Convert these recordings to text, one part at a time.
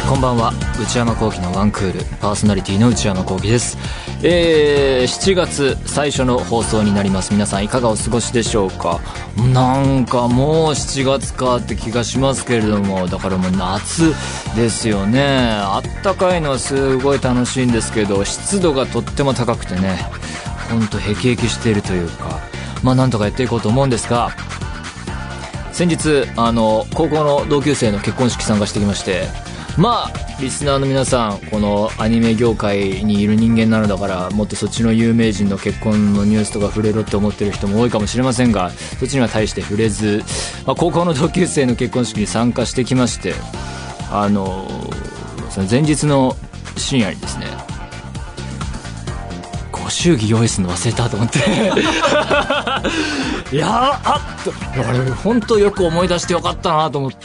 こんばんは。内山聖輝のワンクールパーソナリティの内山聖輝です。7月最初の放送になります。皆さんいかがお過ごしでしょうか。なんかもう7月かって気がしますけれども、だからもう夏ですよね。あったかいのはすごい楽しいんですけど、湿度がとっても高くてね、ほんとへきへきしているというか、なんとかやっていこうと思うんですが、先日高校の同級生の結婚式参加してきまして、リスナーの皆さん、このアニメ業界にいる人間なのだから、もっとそっちの有名人の結婚のニュースとか触れろって思ってる人も多いかもしれませんが、そっちには大して触れず、高校の同級生の結婚式に参加してきまして、その前日の深夜にですね、ご祝儀用意するの忘れたと思っていやあれ本当よく思い出してよかったなと思って、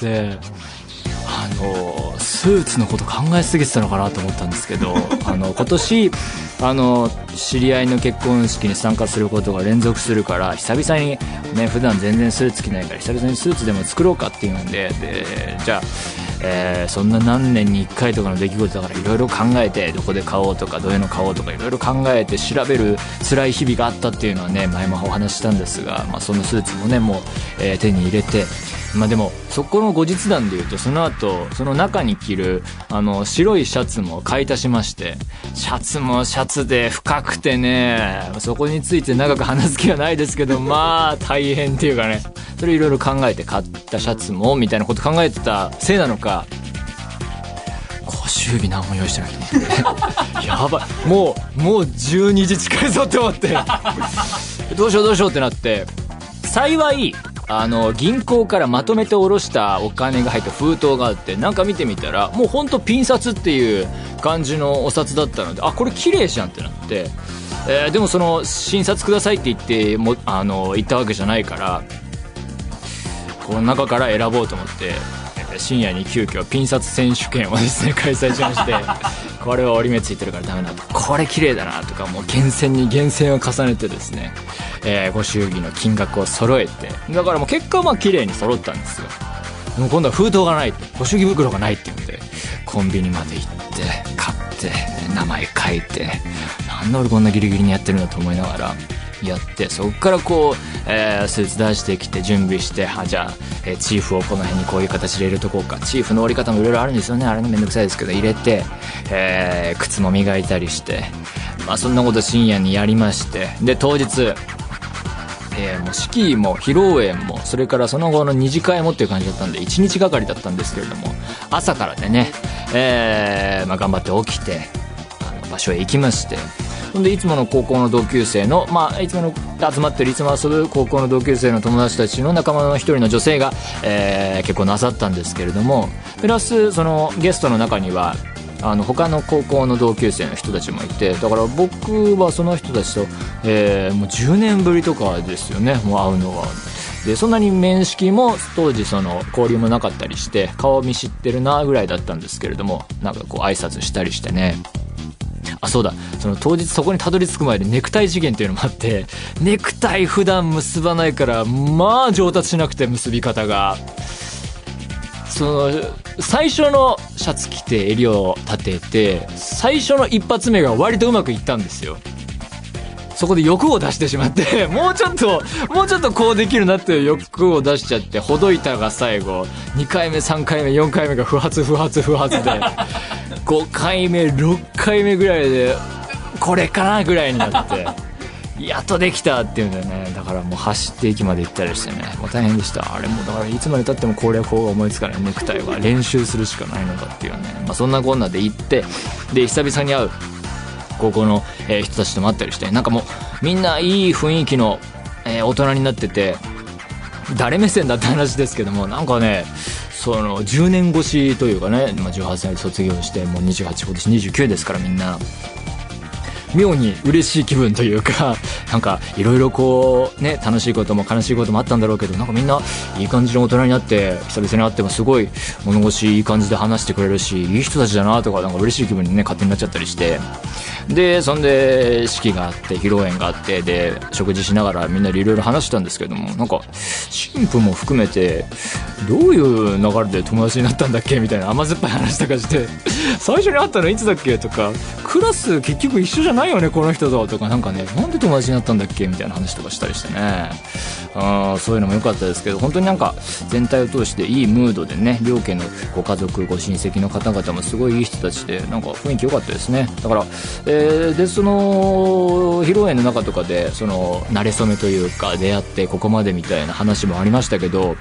スーツのこと考えすぎてたのかなと思ったんですけど、今年知り合いの結婚式に参加することが連続するから、久々にね、普段全然スーツ着ないから久々にスーツでも作ろうかっていうんで、じゃあ、そんな何年に1回とかの出来事だからいろいろ考えて、どこで買おうとかどういうの買おうとかいろいろ考えて調べる辛い日々があったっていうのはね、前もお話ししたんですが、そのスーツもねもう、手に入れて、でもそこの後日談でいうと、その後その中に着る白いシャツも買い足しまして、シャツもシャツで深くてね、そこについて長く話す気はないですけど、大変っていうかね、それいろいろ考えて買ったシャツもみたいなこと考えてたせいなのか、ご祝儀何も用意してないと思ってやばい、もう12時近いぞって思ってどうしようってなって、幸い銀行からまとめて下ろしたお金が入った封筒があって、なんか見てみたらもうほんとピン札っていう感じのお札だったので、これ綺麗じゃんってなって、でもその新札くださいって言っても言ったわけじゃないから、この中から選ぼうと思って、深夜に急遽ピン札選手権をですね開催しましてこれは折り目ついてるからダメだと、これ綺麗だなとか、もう厳選に厳選を重ねてですね、ご祝儀の金額を揃えて、だからもう結果は綺麗に揃ったんですよ。でも今度は封筒がない、ご祝儀袋がないっていうんで、コンビニまで行って買って名前書いて、なんで俺こんなギリギリにやってるんだと思いながらやって、そこからこう、スーツ出してきて準備して、じゃあ、チーフをこの辺にこういう形で入れとこうか、チーフの折り方もいろいろあるんですよね、あれねめんどくさいですけど入れて、靴も磨いたりして、そんなこと深夜にやりまして、で当日、もう式も披露宴もそれからその後の二次会もっていう感じだったんで、1日がかりだったんですけれども、朝からでね、頑張って起きて場所へ行きまして、でいつもの高校の同級生の、いつもの集まってるいつも遊ぶ高校の同級生の友達たちの仲間の一人の女性が、結婚なさったんですけれども、プラスそのゲストの中には他の高校の同級生の人たちもいて、だから僕はその人たちと、もう10年ぶりとかですよね、もう会うのは。でそんなに面識も当時その交流もなかったりして、顔見知ってるなぐらいだったんですけれども、なんかこう挨拶したりしてね。そうだ、その当日そこにたどり着く前でネクタイ事件っていうのもあって、ネクタイ普段結ばないから上達しなくて、結び方がその最初のシャツ着て襟を立てて最初の一発目が割とうまくいったんですよ。そこで欲を出してしまってもうちょっとこうできるなっていう欲を出しちゃって、ほどいたが最後2回目3回目4回目が不発で5回目6回目ぐらいでこれかなぐらいになってやっとできたっていうんだよね。だからもう走って駅まで行ったりしてね、もう大変でした。あれもだからいつまで経っても攻略法が思いつかない、ネクタイは練習するしかないのかっていうね、そんなこんなで行って、で久々に会う高校の人たちとも会ったりして、なんかもうみんないい雰囲気の大人になってて、誰目線だって話ですけども、なんかね、その10年越しというかね、18歳で卒業してもう28、今年29ですから、みんな妙に嬉しい気分というか、なんかいろいろこうね、楽しいことも悲しいこともあったんだろうけど、なんかみんないい感じの大人になって、久々に会ってもすごい物腰いい感じで話してくれるし、いい人たちだなとか、なんか嬉しい気分にね勝手になっちゃったりして、 でそんで式があって披露宴があって、で食事しながらみんなでいろいろ話したんですけども、なんか新婦も含めてどういう流れで友達になったんだっけみたいな甘酸っぱい話とかして最初に会ったのいつだっけとか、クラス結局一緒じゃないよねこの人とか、なんかね、なんで友達になったんだっけみたいな話とかしたりしてね、そういうのも良かったですけど、本当になんか全体を通していいムードでね、両家のご家族ご親戚の方々もすごいいい人たちで、なんか雰囲気良かったですね。だから、でその披露宴の中とかでその馴れ初めというか出会ってここまでみたいな話もありましたけど、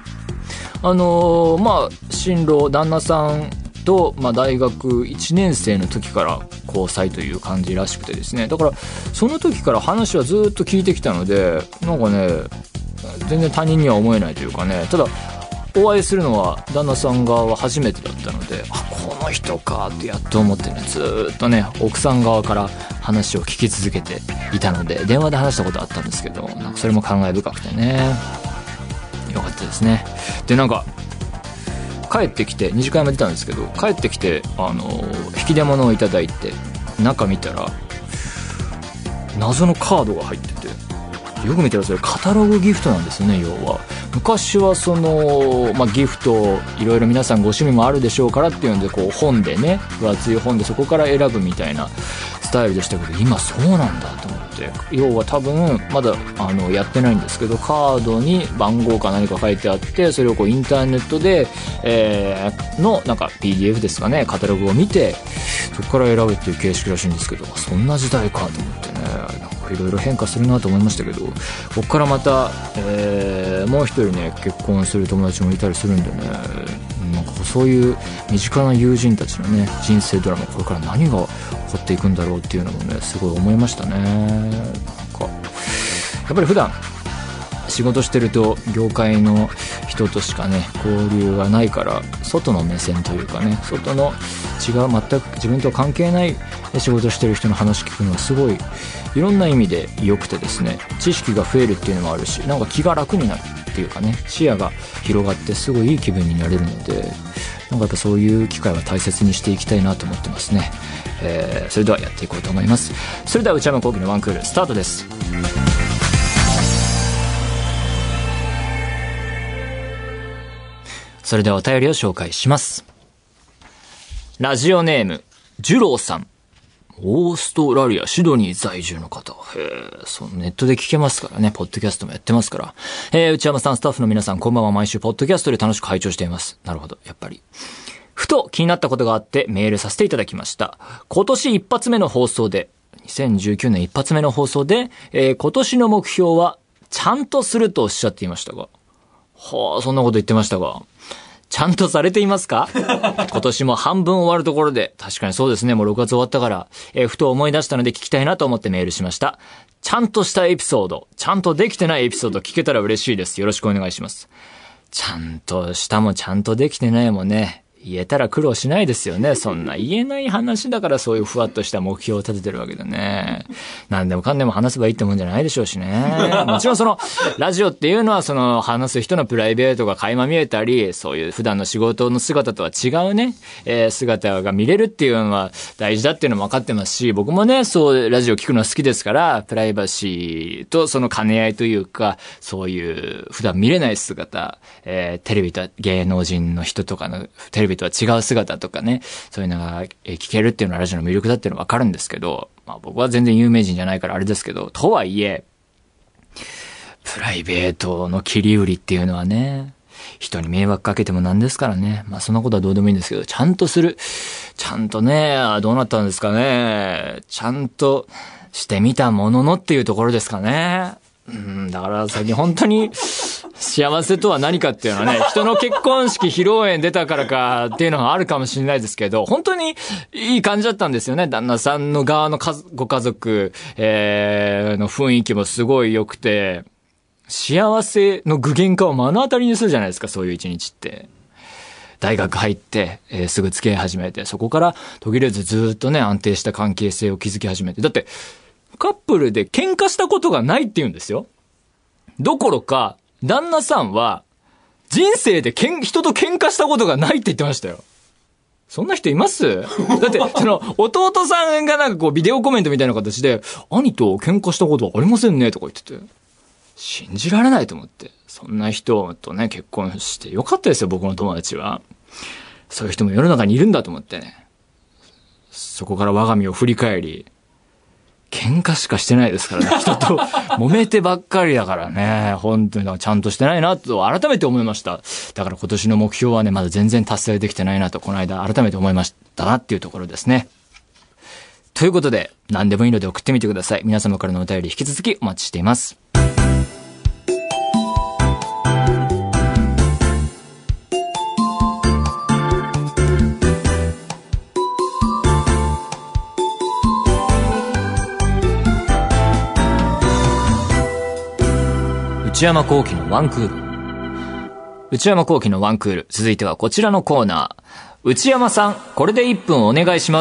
新郎旦那さんと、大学1年生の時から交際という感じらしくてですね、だからその時から話はずっと聞いてきたので、なんかね全然他人には思えないというかね、ただお会いするのは旦那さん側は初めてだったので、この人かってやっと思ってね、ずっとね奥さん側から話を聞き続けていたので、電話で話したことあったんですけど、なんかそれも感慨深くてねよかったですね。でなんか帰ってきて2次会も出たんですけど、帰ってきて引き出物をいただいて中見たら謎のカードが入ってて、よく見たらそれカタログギフトなんですよね。要は昔はその、ギフトいろいろ皆さんご趣味もあるでしょうからっていうんで、こう本でね、分厚い本でそこから選ぶみたいなスタイルでしたけど、今そうなんだと思って、要は多分まだやってないんですけど、カードに番号か何か書いてあって、それをこうインターネットで、のなんか PDF ですかね、カタログを見てそこから選ぶっていう形式らしいんですけど、そんな時代かと思ってね、いろいろ変化するなと思いましたけど、ここからまた、もう一人ね結婚する友達もいたりするんでね、なんかそういう身近な友人たちのね人生ドラマ、これから何が起こっていくんだろうっていうのもねすごい思いましたね。なんかやっぱり普段仕事してると業界の人としかね交流がないから、外の目線というかね、外の違う全く自分と関係ない仕事してる人の話聞くのはすごいいろんな意味で良くてですね、知識が増えるっていうのもあるし、なんか気が楽になるっていうかね、視野が広がってすごいいい気分になれるので、なんかやっぱそういう機会は大切にしていきたいなと思ってますね。それではやっていこうと思います。それでは内山聖輝のワンクールスタートです。それではお便りを紹介します。ラジオネームジュローさん、オーストラリアシドニー在住の方。ネットで聞けますからね、ポッドキャストもやってますから。内山さん、スタッフの皆さんこんばんは。毎週ポッドキャストで楽しく拝聴しています。なるほど、やっぱりふと気になったことがあってメールさせていただきました。今年一発目の放送で、2019年一発目の放送で、今年の目標はちゃんとするとおっしゃっていましたが、そんなこと言ってましたが、ちゃんとされていますか？今年も半分終わるところで、確かにそうですね、もう6月終わったから、ふと思い出したので聞きたいなと思ってメールしました。ちゃんとしたエピソード、ちゃんとできてないエピソード聞けたら嬉しいです。よろしくお願いします。ちゃんとしたもちゃんとできてないもね、言えたら苦労しないですよね。そんな言えない話だからそういうふわっとした目標を立ててるわけだね。何でもかんでも話せばいいってもんじゃないでしょうしね。もちろんそのラジオっていうのはその話す人のプライベートが垣間見えたり、そういう普段の仕事の姿とは違うね、姿が見れるっていうのは大事だっていうのも分かってますし、僕もねそうラジオ聞くの好きですから、プライバシーとその兼ね合いというか、そういう普段見れない姿、テレビと芸能人の人とかのテレビとは違う姿とかね、そういうのが聞けるっていうのはラジオの魅力だっていうのは分かるんですけど、僕は全然有名人じゃないからあれですけど、とはいえプライベートの切り売りっていうのはね、人に迷惑かけてもなんですからね。そんなことはどうでもいいんですけど、ちゃんとする、ちゃんとね、どうなったんですかね、ちゃんとしてみたもののっていうところですかね。だから最近本当に幸せとは何かっていうのはね、人の結婚式披露宴出たからかっていうのがあるかもしれないですけど、本当にいい感じだったんですよね。旦那さんの側のご家族、の雰囲気もすごい良くて、幸せの具現化を目の当たりにするじゃないですか、そういう一日って。大学入って、すぐ付き合い始めて、そこから途切れずずっとね、安定した関係性を築き始めて。だってカップルで喧嘩したことがないって言うんですよ。どころか旦那さんは人生で人と喧嘩したことがないって言ってましたよ。 そんな人います？だって、弟さんがなんかこうビデオコメントみたいな形で、兄と喧嘩したことはありませんねとか言ってて、信じられないと思って。そんな人とね、結婚してよかったですよ、僕の友達は。そういう人も世の中にいるんだと思ってね。そこから我が身を振り返り、喧嘩しかしてないですからね。人と揉めてばっかりだからね。本当にちゃんとしてないなと改めて思いました。だから今年の目標はね、まだ全然達成できてないなと、この間改めて思いましたなっていうところですね。ということで、何でもいいので送ってみてください。皆様からのお便り引き続きお待ちしています。内山聖輝のワンクール。内山聖輝のワンクール。続いてはこちらのコーナー。内山さん、これで1分お願いします。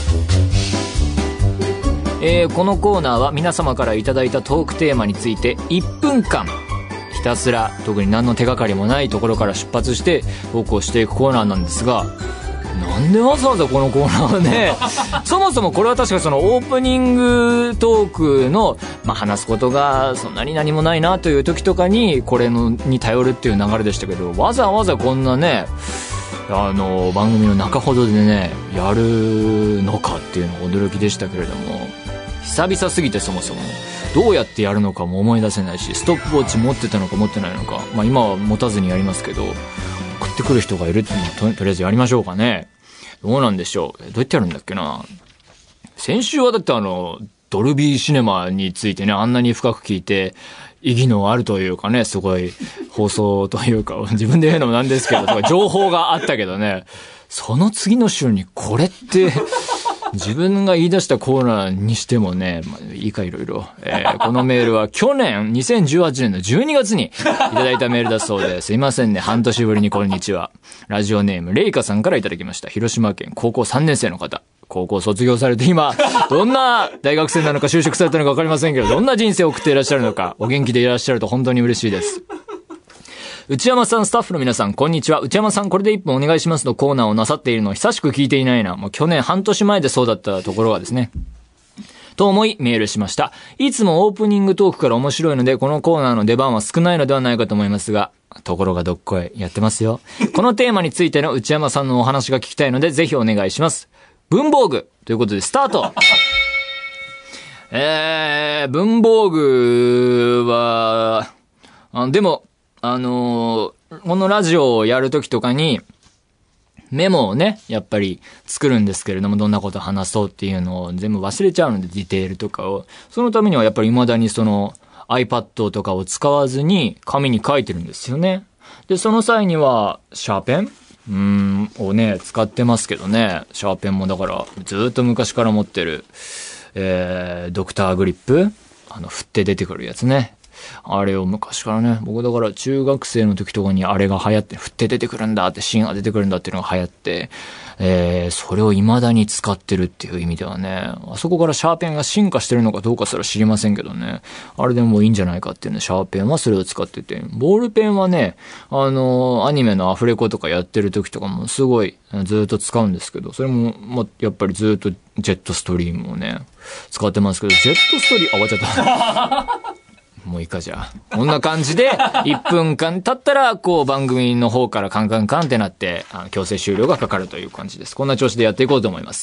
このコーナーは皆様からいただいたトークテーマについて1分間、ひたすら特に何の手がかりもないところから出発してトークをしていくコーナーなんですが、なんでわざわざこのコーナーはねそもそもこれは確かそのオープニングトークの、話すことがそんなに何もないなという時とかにこれに頼るっていう流れでしたけど、わざわざこんなね番組の中ほどでねやるのかっていうのが驚きでしたけれども、久々すぎてそもそもどうやってやるのかも思い出せないし、ストップウォッチ持ってたのか持ってないのか、今は持たずにやりますけど、送ってくる人がいるっていうのは とりあえずやりましょうかね。どうなんでしょう。どうやってやるんだっけな。先週はだってドルビーシネマについてね、あんなに深く聞いて意義のあるというかね、すごい放送というか自分で言うのもなんですけど情報があったけどね、その次の週にこれって自分が言い出したコーナーにしてもね、いいかいろいろ。このメールは去年、2018年の12月にいただいたメールだそうです。すいませんね、半年ぶりにこんにちは。ラジオネーム、レイカさんからいただきました。広島県高校3年生の方。高校卒業されて今、どんな大学生なのか就職されたのか分かりませんけど、どんな人生を送っていらっしゃるのか、お元気でいらっしゃると本当に嬉しいです。内山さん、スタッフの皆さん、こんにちは。内山さん、これで1分お願いしますのコーナーをなさっているのを久しく聞いていないな。もう去年半年前でそうだったところがですね。と思いメールしました。いつもオープニングトークから面白いので、このコーナーの出番は少ないのではないかと思いますが、ところがどっこいやってますよ。このテーマについての内山さんのお話が聞きたいので、ぜひお願いします。文房具ということでスタート。文房具は、でも、このラジオをやるときとかに、メモをね、やっぱり作るんですけれども、どんなこと話そうっていうのを全部忘れちゃうので、ディテールとかを。そのためにはやっぱり未だにiPad とかを使わずに紙に書いてるんですよね。で、その際には、シャーペンをね、使ってますけどね。シャーペンもだから、ずっと昔から持ってる、ドクターグリップ振って出てくるやつね。あれを昔からね、僕だから中学生の時とかにあれが流行って、振って出てくるんだって、芯が出てくるんだっていうのが流行って、それを未だに使ってるっていう意味ではね、あそこからシャーペンが進化してるのかどうかすら知りませんけどね、あれでもいいんじゃないかっていうね、シャーペンはそれを使ってて、ボールペンはね、アニメのアフレコとかやってる時とかもすごいずっと使うんですけど、それも、やっぱりずっとジェットストリームをね、使ってますけど、ジェットストリーム、終わっちゃった。もういいかじゃあ。こんな感じで、1分間経ったら、番組の方からカンカンカンってなって、強制終了がかかるという感じです。こんな調子でやっていこうと思います。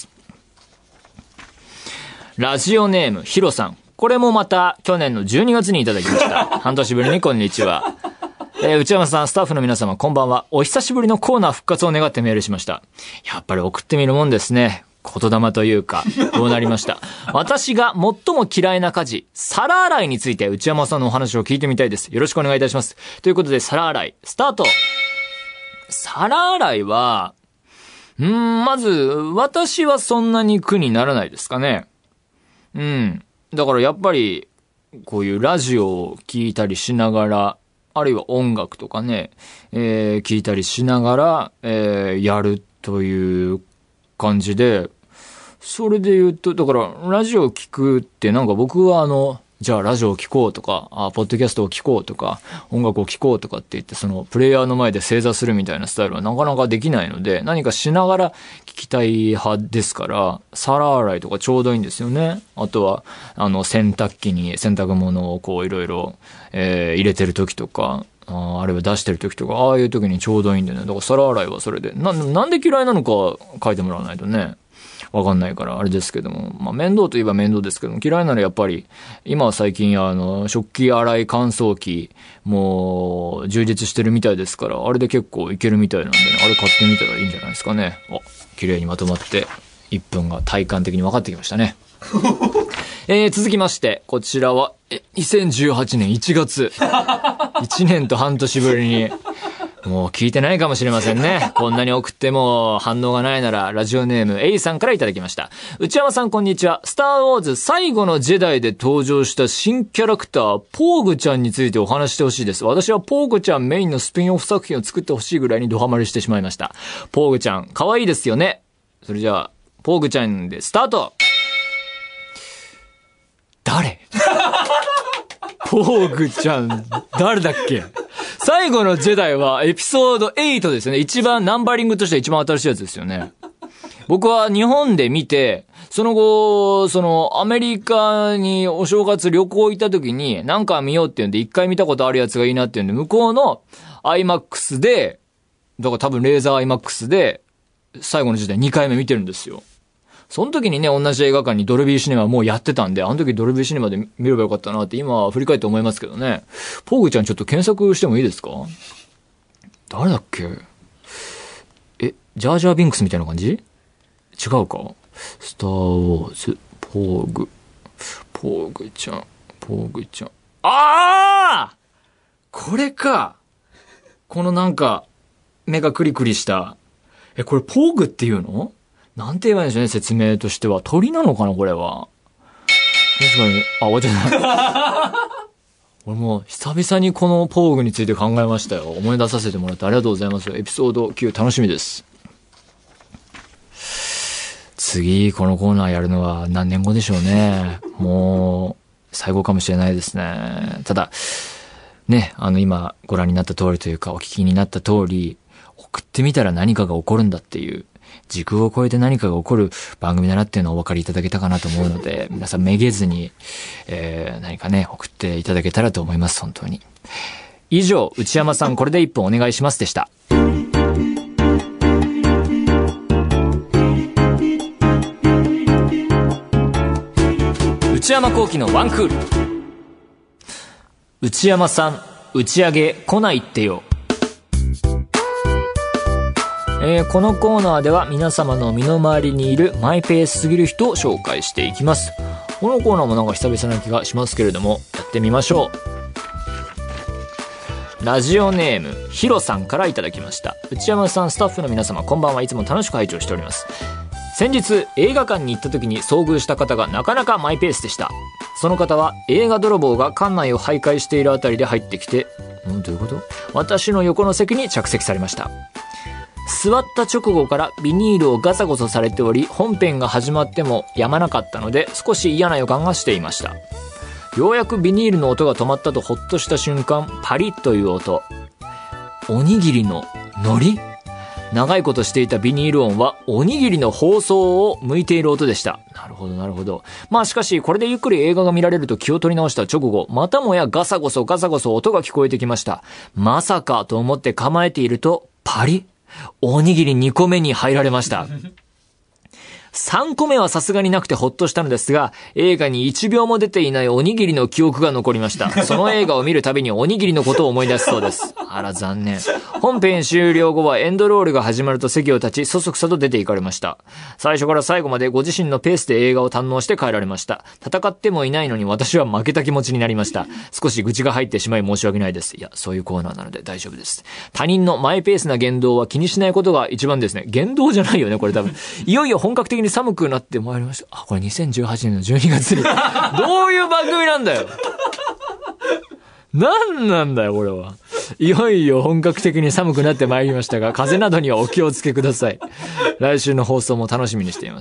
ラジオネーム、ヒロさん。これもまた、去年の12月にいただきました。半年ぶりにこんにちは。内山さん、スタッフの皆様、こんばんは。お久しぶりのコーナー復活を願ってメールしました。やっぱり送ってみるもんですね。言霊というか、どうなりました。私が最も嫌いな家事、皿洗いについて内山さんのお話を聞いてみたいです。よろしくお願いいたします。ということで、皿洗い、スタート。皿洗いは、まず、私はそんなに苦にならないですかね。だからやっぱり、こういうラジオを聞いたりしながら、あるいは音楽とかね、聞いたりしながら、やるという感じで、それで言うと、だから、ラジオ聞くってなんか僕はじゃあラジオを聴こうとか、ポッドキャストを聴こうとか、音楽を聴こうとかって言って、そのプレイヤーの前で正座するみたいなスタイルはなかなかできないので、何かしながら聞きたい派ですから、皿洗いとかちょうどいいんですよね。あとは、洗濯機に洗濯物をこういろいろ、入れてる時とか、あれは出してる時とか、ああいう時にちょうどいいんでね。だから皿洗いはそれで。なんで嫌いなのか書いてもらわないとね。わかんないから、あれですけども。まあ、面倒といえば面倒ですけども、嫌いならやっぱり、今は最近食器洗い乾燥機、もう、充実してるみたいですから、あれで結構いけるみたいなんで、ね、あれ買ってみたらいいんじゃないですかね。綺麗にまとまって、1分が体感的に分かってきましたね。続きまして、こちらは、2018年1月。1年と半年ぶりに、もう聞いてないかもしれませんね。こんなに送っても反応がないなら、ラジオネーム A さんからいただきました。内山さんこんにちは。スターウォーズ最後のジェダイで登場した新キャラクター、ポーグちゃんについてお話してほしいです。私はポーグちゃんメインのスピンオフ作品を作ってほしいぐらいにドハマりしてしまいました。ポーグちゃん、可愛いですよね。それじゃあ、ポーグちゃんでスタート。誰ポーグちゃん、誰だっけ。最後のジェダイはエピソード8ですよね。一番、ナンバリングとしては一番新しいやつですよね。僕は日本で見て、その後、アメリカにお正月旅行行った時に、なんか見ようっていうんで、一回見たことあるやつがいいなっていうんで、向こうの IMAX で、だから多分レーザー IMAX で、最後の時代2回目見てるんですよ。その時にね、同じ映画館にドルビーシネマもうやってたんで、あの時ドルビーシネマで見ればよかったなって今振り返って思いますけどね。ポーグちゃんちょっと検索してもいいですか？誰だっけ？ジャージャービンクスみたいな感じ？違うか？スターウォーズ、ポーグちゃん。これか！このなんか、目がクリクリした。これポーグっていうの？なんて言えばいいんでしょうね、説明としては。鳥なのかな、これは。確かに、終わっちゃった。俺もう、久々にこのポーグについて考えましたよ。思い出させてもらってありがとうございます。エピソード9楽しみです。次、このコーナーやるのは何年後でしょうね。もう、最後かもしれないですね。ただ、ね、今ご覧になった通りというか、お聞きになった通り、送ってみたら何かが起こるんだっていう、時空を超えて何かが起こる番組だなっていうのをお分かりいただけたかなと思うので、皆さんめげずに、何かね、送っていただけたらと思います、本当に。以上、内山さんこれで1分お願いしますでした。内山聖輝のワンクール。内山さん、打ち上げ来ないってよ。このコーナーでは皆様の身の回りにいるマイペースすぎる人を紹介していきます。このコーナーもなんか久々な気がしますけれども、やってみましょう。ラジオネームヒロさんからいただきました。内山さん、スタッフの皆様こんばんは。いつも楽しく拝聴しております。先日映画館に行った時に遭遇した方がなかなかマイペースでした。その方は映画泥棒が館内を徘徊しているあたりで入ってきて、どういうこと？私の横の席に着席されました。座った直後からビニールをガサゴソされており、本編が始まってもやまなかったので少し嫌な予感がしていました。ようやくビニールの音が止まったとほっとした瞬間、パリッという音。おにぎりの海苔？長いことしていたビニール音はおにぎりの包装を剥いている音でした。なるほどなるほど。まあしかしこれでゆっくり映画が見られると気を取り直した直後、またもやガサゴソガサゴソ音が聞こえてきました。まさかと思って構えていると、パリッ、おにぎり2個目に入られました。3個目はさすがになくてほっとしたのですが、映画に1秒も出ていないおにぎりの記憶が残りました。その映画を見るたびにおにぎりのことを思い出すそうです。あら残念。本編終了後はエンドロールが始まると席を立ち、そそくさと出て行かれました。最初から最後までご自身のペースで映画を堪能して帰られました。戦ってもいないのに私は負けた気持ちになりました。少し愚痴が入ってしまい申し訳ないです。いや、そういうコーナーなので大丈夫です。他人のマイペースな言動は気にしないことが一番ですね。言動じゃないよね、これ多分。いよいよ本格的に寒くなってまいりました。これ2018年の12月に。どういう番組なんだよ。何なんだよ、これは。いよいよ本格的に寒くなってまいりましたが、風邪などにはお気をつけください。来週の放送も楽しみにしています。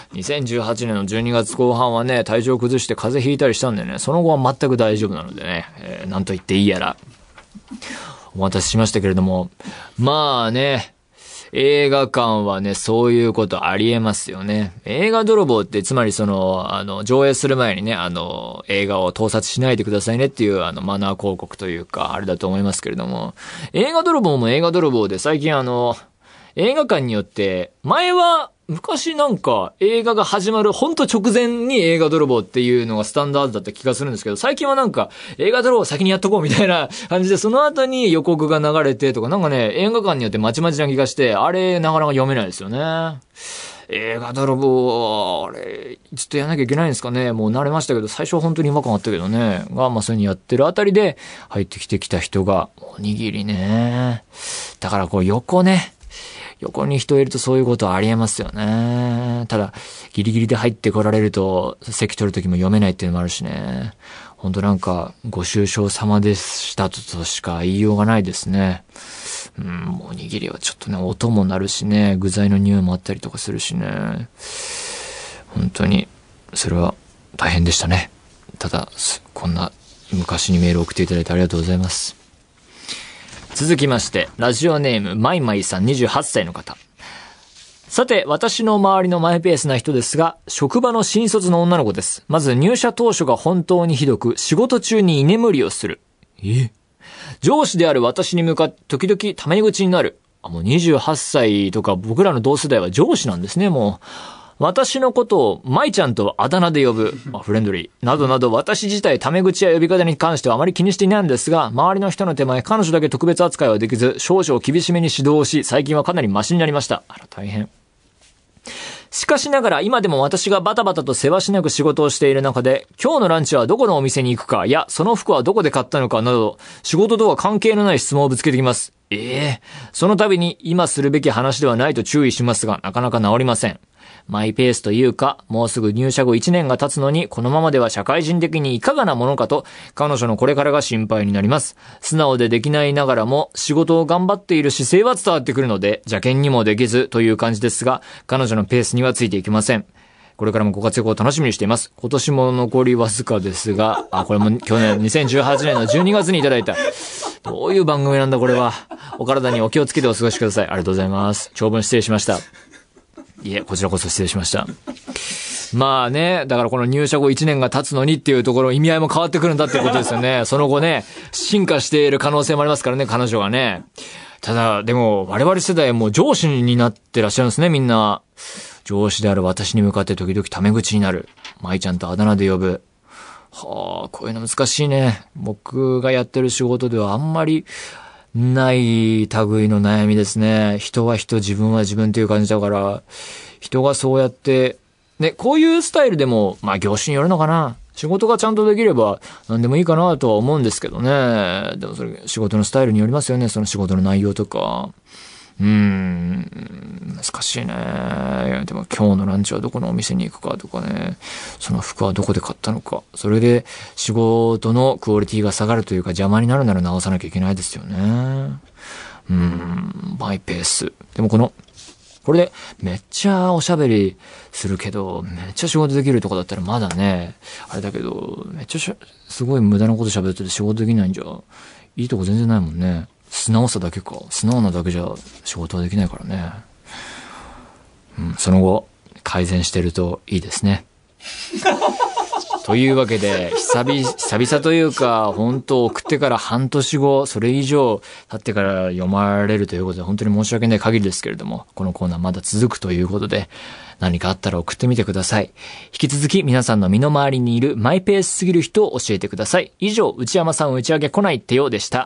2018年の12月後半はね、体調崩して風邪ひいたりしたんでね、その後は全く大丈夫なのでね、なんと言っていいやら、お待たせしましたけれども、まあね、映画館はね、そういうことありえますよね。映画泥棒って、つまりその、上映する前にね、映画を盗撮しないでくださいねっていう、マナー広告というか、あれだと思いますけれども、映画泥棒も映画泥棒で、最近映画館によって、前は、昔なんか映画が始まるほんと直前に映画泥棒っていうのがスタンダードだった気がするんですけど、最近はなんか映画泥棒先にやっとこうみたいな感じで、その後に予告が流れてとか、なんかね、映画館によってまちまちな気がして、あれなかなか読めないですよね。映画泥棒、あれ、ちょっとやらなきゃいけないんですかね。もう慣れましたけど、最初は本当に違和感あったけどね。が、まあそういうにやってるあたりで入ってきてきた人が、おにぎりね。だからこう横に人いるとそういうことはありえますよね。ただ、ギリギリで入ってこられると、席取るときも読めないっていうのもあるしね。ほんとなんか、ご愁傷様でしたとしか言いようがないですね。おにぎりはちょっとね、音も鳴るしね、具材の匂いもあったりとかするしね。本当に、それは大変でしたね。ただ、こんな昔にメールを送っていただいてありがとうございます。続きまして、ラジオネーム、マイマイさん28歳の方。さて、私の周りのマイペースな人ですが、職場の新卒の女の子です。まず入社当初が本当にひどく、仕事中に居眠りをする。上司である私に向かって時々タメ口になる。もう28歳とか僕らの同世代は上司なんですね、もう。私のことを舞ちゃんとあだ名で呼ぶ、フレンドリー、などなど私自体タメ口や呼び方に関してはあまり気にしていないんですが、周りの人の手前、彼女だけ特別扱いはできず、少々厳しめに指導をし、最近はかなりマシになりました。あら、大変。しかしながら今でも私がバタバタとせわしなく仕事をしている中で、今日のランチはどこのお店に行くか、や、その服はどこで買ったのかなど、仕事とは関係のない質問をぶつけてきます。その度に今するべき話ではないと注意しますが、なかなか治りません。マイペースというか、もうすぐ入社後1年が経つのに、このままでは社会人的にいかがなものかと、彼女のこれからが心配になります。素直でできないながらも、仕事を頑張っている姿勢は伝わってくるので、邪険にもできずという感じですが、彼女のペースにはついていけません。これからもご活躍を楽しみにしています。今年も残りわずかですが、これも去年2018年の12月にいただいた。どういう番組なんだこれは。お体にお気をつけてお過ごしください。ありがとうございます。長文失礼しました。いえ、こちらこそ失礼しました。まあね、だからこの入社後1年が経つのにっていうところ意味合いも変わってくるんだってことですよね。その後ね、進化している可能性もありますからね、彼女がね。ただ、でも我々世代も上司になってらっしゃるんですね、みんな。上司である私に向かって時々タメ口になる。舞ちゃんとあだ名で呼ぶ。こういうの難しいね。僕がやってる仕事ではあんまりない類の悩みですね。人は人、自分は自分っていう感じだから、人がそうやって、ね、こういうスタイルでも、まあ業種によるのかな。仕事がちゃんとできれば何でもいいかなとは思うんですけどね。でもそれ仕事のスタイルによりますよね。その仕事の内容とか。難しいね。でも今日のランチはどこのお店に行くかとかね。その服はどこで買ったのか。それで仕事のクオリティが下がるというか邪魔になるなら直さなきゃいけないですよね。マイペース。でもこれでめっちゃおしゃべりするけど、めっちゃ仕事できるとかだったらまだね、あれだけど、めっちゃすごい無駄なこと喋ってて仕事できないんじゃ、いいとこ全然ないもんね。素直さだけか。素直なだけじゃ仕事はできないからね。その後、改善してるといいですね。というわけで、久々というか、本当送ってから半年後、それ以上経ってから読まれるということで、本当に申し訳ない限りですけれども、このコーナーまだ続くということで、何かあったら送ってみてください。引き続き皆さんの身の回りにいるマイペースすぎる人を教えてください。以上、内山さん打ち上げ来ないってよでした。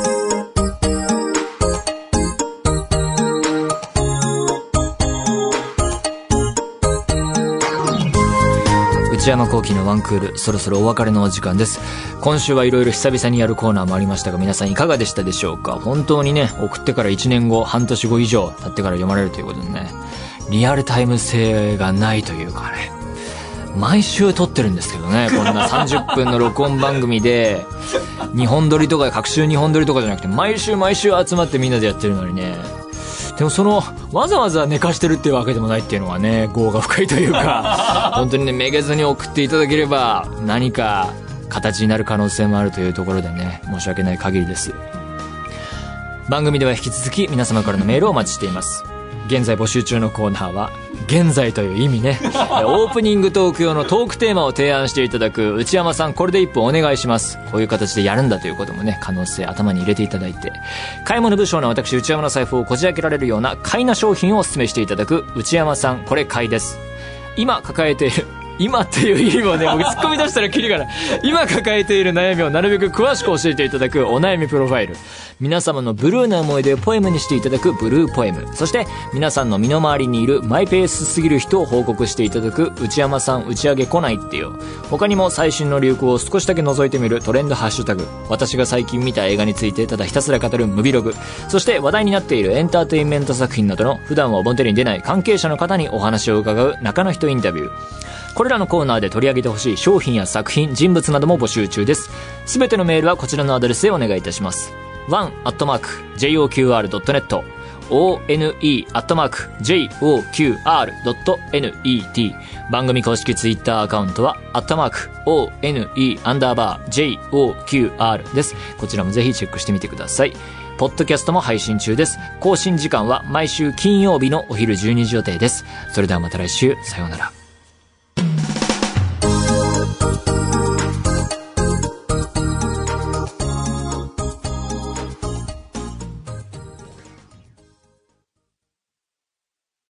内山聖輝のワンクール、そろそろお別れのお時間です。今週はいろいろ久々にやるコーナーもありましたが、皆さんいかがでしたでしょうか。本当にね、送ってから1年後、半年後以上経ってから読まれるということでね、リアルタイム性がないというかね、毎週撮ってるんですけどね、こんな30分の録音番組で、2本撮りとか、各週2本撮りとかじゃなくて、毎週集まってみんなでやってるのにね、 でもわざわざ寝かしてるっていうわけでもないっていうのはね、業が深いというか本当にね、めげずに送っていただければ何か形になる可能性もあるというところでね、申し訳ない限りです。番組では引き続き皆様からのメールをお待ちしています。現在募集中のコーナーは、現在という意味ねオープニングトーク用のトークテーマを提案していただく内山さん、これで1分お願いします。こういう形でやるんだということもね、可能性頭に入れていただいて、買い物不詳な私内山の財布をこじ開けられるような買いな商品をお勧めしていただく内山さん、これ買いです。今抱えている、今っていう意味もね、僕突っ込み出したらキリがない。今抱えている悩みをなるべく詳しく教えていただくお悩みプロファイル、皆様のブルーな思い出をポエムにしていただくブルーポエム、そして皆さんの身の回りにいるマイペースすぎる人を報告していただく内山さん打ち上げ来ないっていう、他にも最新の流行を少しだけ覗いてみるトレンドハッシュタグ、私が最近見た映画についてただひたすら語るムビログ、そして話題になっているエンターテインメント作品などの普段は表に出ない関係者の方にお話を伺う中の人インタビュー、これらのコーナーで取り上げてほしい商品や作品、人物なども募集中です。すべてのメールはこちらのアドレスへお願いいたします。one@joqr.net one@joqr.net 番組公式ツイッターアカウントは@one_joqr です。こちらもぜひチェックしてみてください。ポッドキャストも配信中です。更新時間は毎週金曜日のお昼12時予定です。それではまた来週、さようなら。